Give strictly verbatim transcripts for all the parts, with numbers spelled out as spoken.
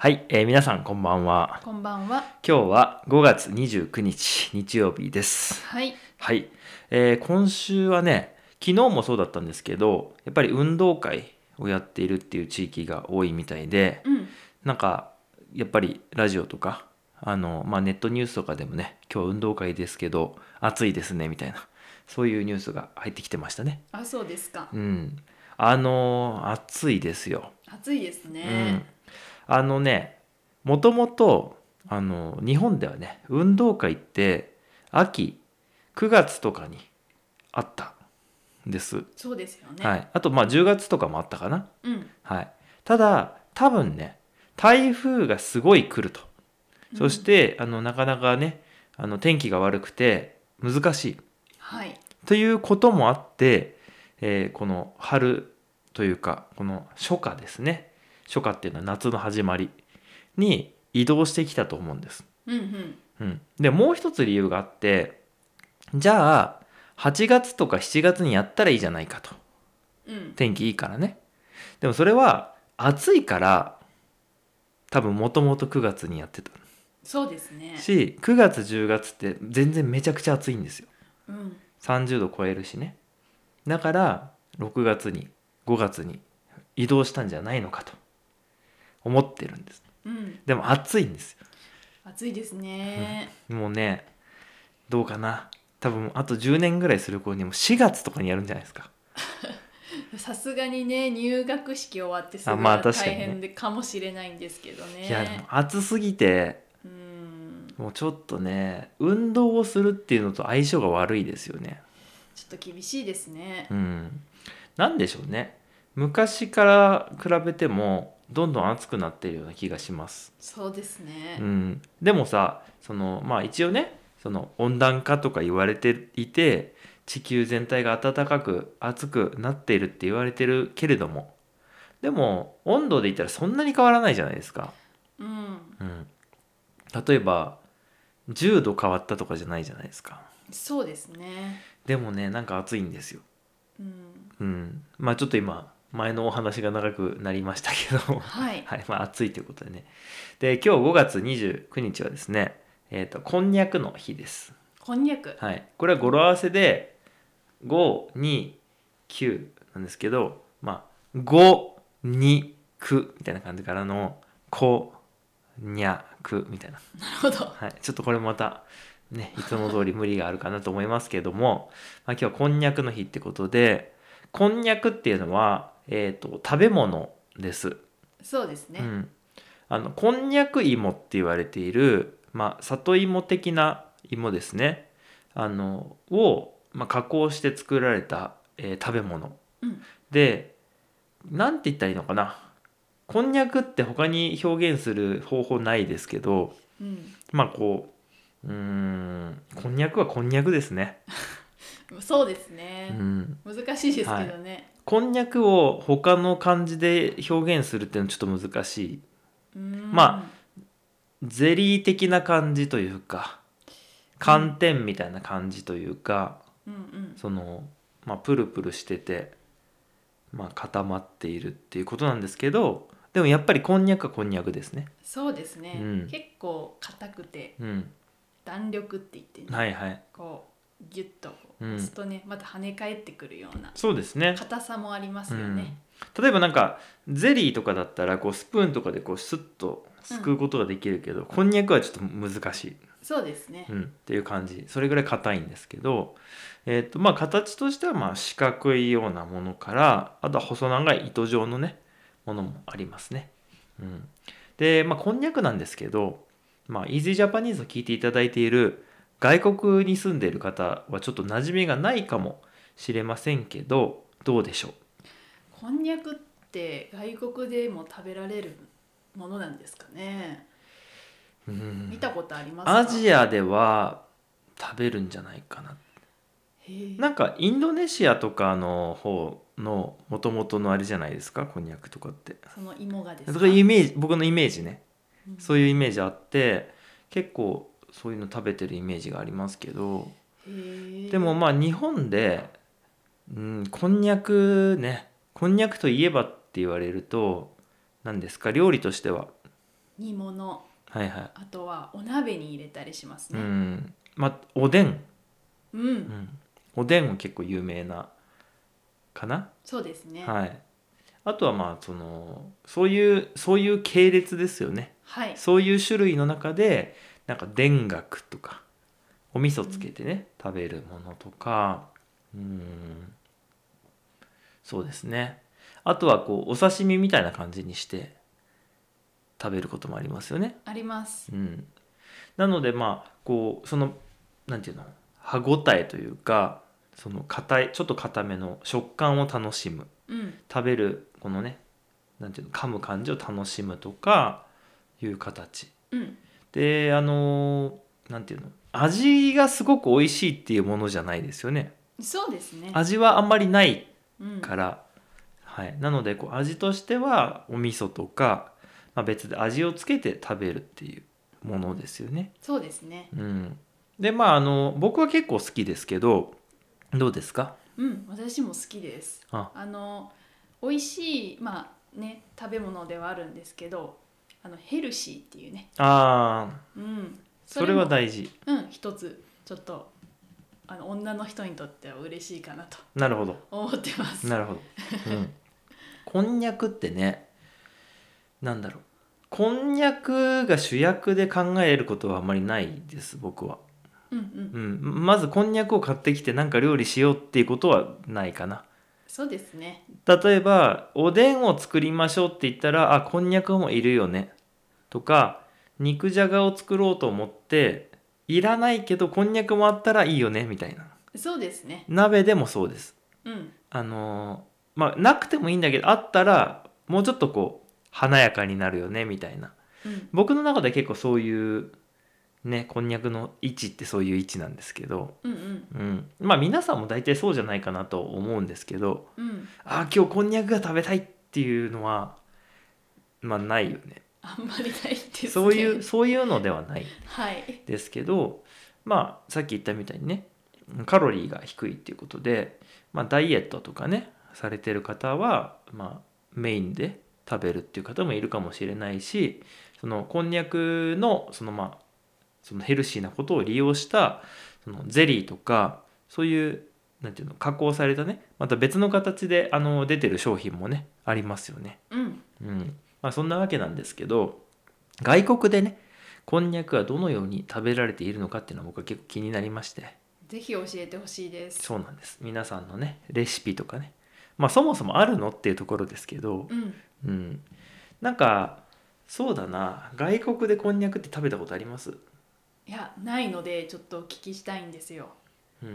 はい、えー皆さんこんばんは。 こんばんは。 今日はごがつにじゅうくにち日曜日です。 はい。 はい、えー今週はね、昨日もそうだったんですけど、やっぱり運動会をやっているっていう地域が多いみたいで、 うん。 なんかやっぱりラジオとか、あの、まあ、ネットニュースとかでもね、今日運動会ですけど、暑いですねみたいな、そういうニュースが入ってきてましたね。 あ、そうですか。 うん。あのー暑いですよ。 暑いですうん。 ね。 あのね、もともと、あの、日本ではね、運動会って秋、くがつとかにあったんです。 そうですよね。 はい。あと、まあじゅうがつとかもあったかな。 うん。 はい。ただ、多分ね、台風がすごい来ると。 うん。 そして、あの、なかなかね、あの、天気が悪くて難しい。 はい。 ということもあって、えーこの春というか、この初夏ですね。初夏っていうのは夏の始まりに移動してきたと思うんです。 うんうん。 うん、でもう一つ理由があって、じゃあはちがつとかしちがつにやったらいいじゃないかと。 うん。 天気いいからね。でもそれは暑いから多分もともとくがつにやってたそうですね。 し、くがつじゅうがつって全然めちゃくちゃ暑いんですよ。 うん。 さんじゅうど超えるしね。だからろくがつにごがつに移動したんじゃないのかと思ってるんです。 うん。 でも暑いんです暑いですね。 よ。もうね、どうかな。多分あとじゅうねんぐらいする頃にもしがつとかにやるんじゃないですか。 さすがにね、入学式終わってすあ、まあぐは確かにね。 大変でかもしれないんですけどいや、でもね。 暑すぎて、 うん。 もうちょっとね、運動をするっていうのと相性が悪いですよね。 ちょっと厳しいですね。 うん。なんでしょうね。昔から比べても、どんどん暑くなっているような気がします。 そうですね。 うん。でもさ、その、まあ一応ね、その温暖化とか言われていて、地球全体が暖かく暑くなっているって言われてるけれども、でも温度で言ったらそんなに変わらないじゃないですか。 うん。 うん。例えばじゅうど変わったとかじゃないじゃないですか。 そうですね。 でもね、なんか暑いんですよ。 うん。 うん。まあちょっと今前のお話が長くなりましたけどはい。 はい、まあ暑いということでね。で、今日ごがつにじゅうくにちはですね、えっとこんにゃくの日です。 こんにゃく。 はい。これは語呂合わせでご、に、きゅうなんですけど、まあご、に、くみたいな感じからのこにゃくみたいな。 なるほど。 はい。ちょっとこれまたね、いつも通り無理があるかなと思いますけども、まあ、今日はこんにゃくの日ってことで、こんにゃくっていうのは、えっと、食べ物です。 そうですね。 うん。あの、こんにゃく芋って言われている、まあ、里芋的な芋ですね。あの、を、まあ、加工して作られた、えー食べ物。 うん。 で、なんて言ったらいいのかな。こんにゃくって他に表現する方法ないですけど、 うん。 まあこう、うーん、こんにゃくはこんにゃくですね。 そうですうね。 ん。 難しいですはい。 けどね。 こんにゃくを他の漢字で表現するっていうのはちょっと難しい。 うーん。 まあ、ゼリー的な感じというか、寒うん。 天みたいな感じというか、 うんうん。 その、まあ、プルプルしてて、まあ、固まっているっていうことなんですけど、でもやっぱりこんにゃくはこんにゃくですね。 そうですね。 うん。 結構硬くてうん。 弾力って言ってね、 はいはい。 こうギュッとうん。 押すとね、また跳ね返ってくるようなそうですね。 硬さもありまうん。 すよね。 例えばなんかゼリーとかだったらこうスプーンとかでこうスッとすくうん。 うことができるけど、こんにゃくはちょっと難しい、 そうですね。 うん、っていう感じ。それぐらい硬いんですけど、えっとまあ形としてはまあ四角いようなものから、あとは細長い糸状のねものもありますね。うん、で、まあ、こんにゃくなんですけど、まあ、イージージャパニーズを聞いていただいている外国に住んでいる方はちょっと馴染みがないかもしれませんけど、どうでしょう。 こんにゃくって外国でも食べられるものなんですかね。 うん、 見たことありますアか？ ジアでは食べるんじゃないかな。 へえ。 なんかインドネシアとかの方の元々のあれじゃないですか、こんにゃくとかって。 その芋がですそれか？ イメージ、僕のイメージね。 うん。 そういうイメージあって、結構そういうの食べてるイメージがありますけど、 へえ。 でもまあ日本で、うん、こんにゃくね、こんにゃくといえばって言われると、何ですか、料理としては煮物、 はいはい。 あとはお鍋に入れたりしますうね。 ん。まあおでん、 うん、 うん、おでんも結構有名なかな。 そうですね。 はい。あとはまあそのそういうそういう系列ですよね。 はい。 そういう種類の中でなんか田楽とかお味噌つけうん、 てね、食べるものとか、うーん、そうですね。あとはこうお刺身みたいな感じにして食べることもありますよね。 あります。 うん。なのでまあこうそのなんていうの、歯ごたえというか、その硬いちょっと硬めの食感を楽しむ、 うん、 食べるこのね、なんていうの、噛む感じを楽しむとかいう形うん、 で、あのなんていうの、味がすごく美味しいっていうものじゃないですよね。 そうですね。 味はあんまりないうん、 から、はい、なのでこう味としてはお味噌とか、まあ、別で味をつけて食べるっていうものですよね。 そうですね。 うん、でまああの僕は結構好きですけど、どうですか？ うん、私も好きです。 あ、 あの美味しい、まあね、食べ物ではあるんですけど、あのヘルシーっていうね、 あー、 うん、そそれはれも、 大事。 うん、一つちょっとあの女の人にとっては嬉しいかなとなるほど、 思ってます。 なるほど。うん、こんにゃくってね、なんだろう、こんにゃくが主役で考えることはあまりないです僕は。 うんうん、 うん、まずこんにゃくを買ってきてなんか料理しようっていうことはないかな。 そうですね。 例えばおでんを作りましょうって言ったら、あ、こんにゃくもいるよねとか、肉じゃがを作ろうと思っていらないけどこんにゃくもあったらいいよねみたいな。 そうですね。 鍋でもそうです。 うん、 あのーまあなくてもいいんだけど、あったらもうちょっとこう華やかになるよねみたいな。 うん、 僕の中で結構そういうね、こんにゃくの位置ってそういう位置なんですけど、 うんうんうん、まあ皆さんも大体そうじゃないかなと思うんですけど、 うん、 ああ今日こんにゃくが食べたいっていうのはまあないよね。 あんまりないですね。 そういうそういうのではないはい。 ですけど、まあさっき言ったみたいにね、カロリーが低いっていうことで、まあ、ダイエットとかねされてる方は、まあ、メインで食べるっていう方もいるかもしれないし、そのこんにゃくのそのまあそのヘルシーなことを利用したそのゼリーとか、そういうなんていうの、加工されたね、また別の形であの出てる商品もねありますよね。 うん、 うんまあ、そんなわけなんですけど、外国でねこんにゃくはどのように食べられているのかっていうのは僕は結構気になりまして。 ぜひ教えてほしいです。 そうなんです。皆さんのねレシピとかね、まあそもそもあるのっていうところですけど、 うん。 うん、なんかそうだな、外国でこんにゃくって食べたことあります？ いや、ないのでちょっとお聞きしたいんですよ。 うん、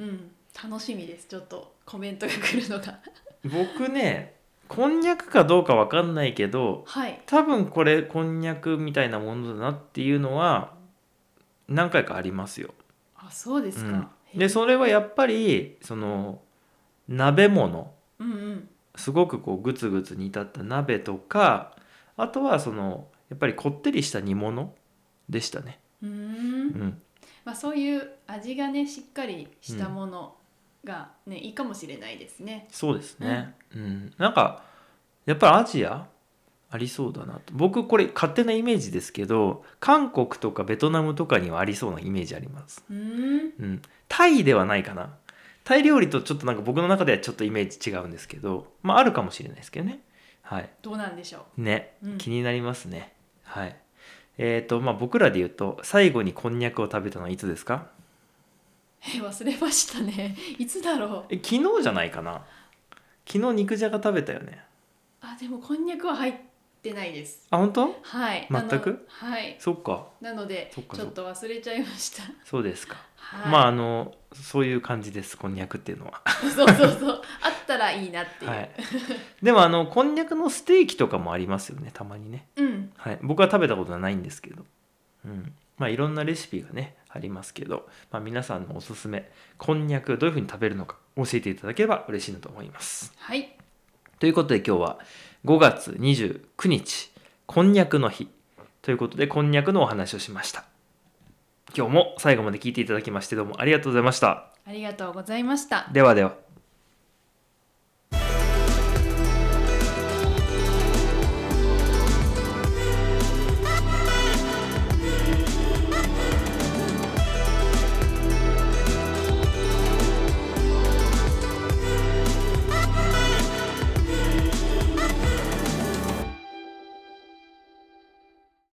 うん、楽しみです。ちょっとコメントが来るのが。 僕ね、こんにゃくかどうかわかんないけど、 はい。 多分これこんにゃくみたいなものだなっていうのは何回かありますよ。 あ、そうでうん、 すか。へでそれはえ。 やっぱりその鍋物、 うんうんすごくこうグツグツ煮立った鍋とか、あとはそのやっぱりこってりした煮物でしたね。 うーん。 うんまあそういう味がねしっかりしたうんものがねいいかもしれないですね。 そうですね。うん、なんかやっぱりアジアありそうだなと。僕これ勝手なイメージですけど、韓国とかベトナムとかにはありそうなイメージあります。 うーん。 うん、タイではないかな。タイ料理とちょっとなんか僕の中ではちょっとイメージ違うんですけど、まああるかもしれないですけどね。はい。 どうなんでしょね、 う。うん。 気になりますね。はい。えっとまあ僕らで言うと最後にこんにゃくを食べたのはいつですか？ え、忘れましたね。いつだろう。 え、昨日じゃないかな。昨日肉じゃが食べたよね。 あ、でもこんにゃくは入ってないです。 あ、本当？ はい。 全く？ あのはい。 そっか。 なのでそっかそっか。 ちょっと忘れちゃいました。 そうですか。 はい。 まああのそういう感じです、こんにゃくっていうのは。 そうそうそう。あったらいいなっていう。 はい。でもあのこんにゃくのステーキとかもありますよね、たまにね。 うん。 はい。僕は食べたことはないんですけど。うん。まあいろんなレシピがねありますけど、まあ、皆さんのおすすめこんにゃくどういうふうに食べるのか教えていただければ嬉しいなと思います。 はい。 ということで今日はごがつにじゅうくにちこんにゃくの日ということでこんにゃくのお話をしました。今日も最後まで聞いていただきましてどうもありがとうございました。 ありがとうございました。 ではでは。